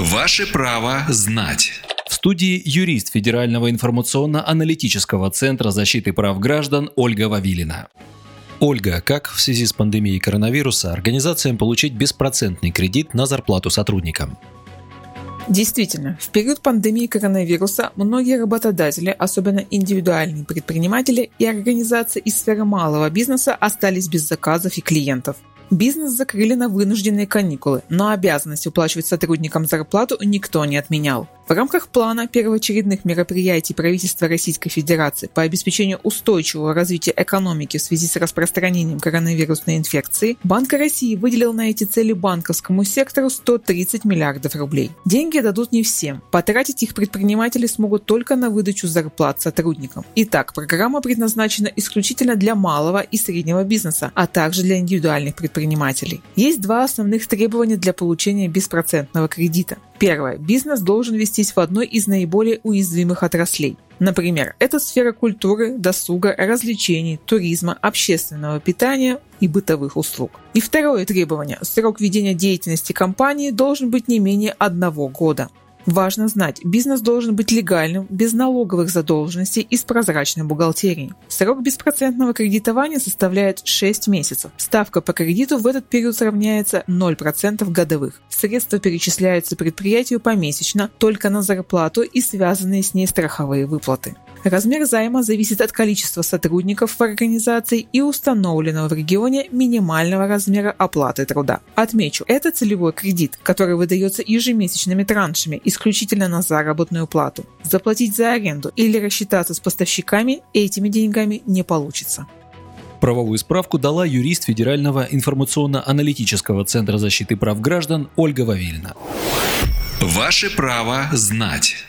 Ваше право знать. В студии юрист Федерального информационно-аналитического центра защиты прав граждан Ольга Вавилина. Ольга, как в связи с пандемией коронавируса организациям получить беспроцентный кредит на зарплату сотрудникам? Действительно, в период пандемии коронавируса многие работодатели, особенно индивидуальные предприниматели и организации из сферы малого бизнеса, остались без заказов и клиентов. Бизнес закрыли на вынужденные каникулы, но обязанность уплачивать сотрудникам зарплату никто не отменял. В рамках плана первоочередных мероприятий правительства Российской Федерации по обеспечению устойчивого развития экономики в связи с распространением коронавирусной инфекции, Банк России выделил на эти цели банковскому сектору 130 миллиардов рублей. Деньги дадут не всем. Потратить их предприниматели смогут только на выдачу зарплат сотрудникам. Итак, программа предназначена исключительно для малого и среднего бизнеса, а также для индивидуальных предпринимателей. Есть два основных требования для получения беспроцентного кредита. Первое. Бизнес должен вестись в одной из наиболее уязвимых отраслей. Например, это сфера культуры, досуга, развлечений, туризма, общественного питания и бытовых услуг. И второе требование. Срок ведения деятельности компании должен быть не менее 1 года. Важно знать, бизнес должен быть легальным, без налоговых задолженностей и с прозрачной бухгалтерией. Срок беспроцентного кредитования составляет 6 месяцев. Ставка по кредиту в этот период равняется 0% годовых. Средства перечисляются предприятию помесячно только на зарплату и связанные с ней страховые выплаты. Размер займа зависит от количества сотрудников в организации и установленного в регионе минимального размера оплаты труда. Отмечу, это целевой кредит, который выдается ежемесячными траншами, исключительно на заработную плату. Заплатить за аренду или рассчитаться с поставщиками этими деньгами не получится. Правовую справку дала юрист Федерального информационно-аналитического центра защиты прав граждан Ольга Вавилина. Ваше право знать.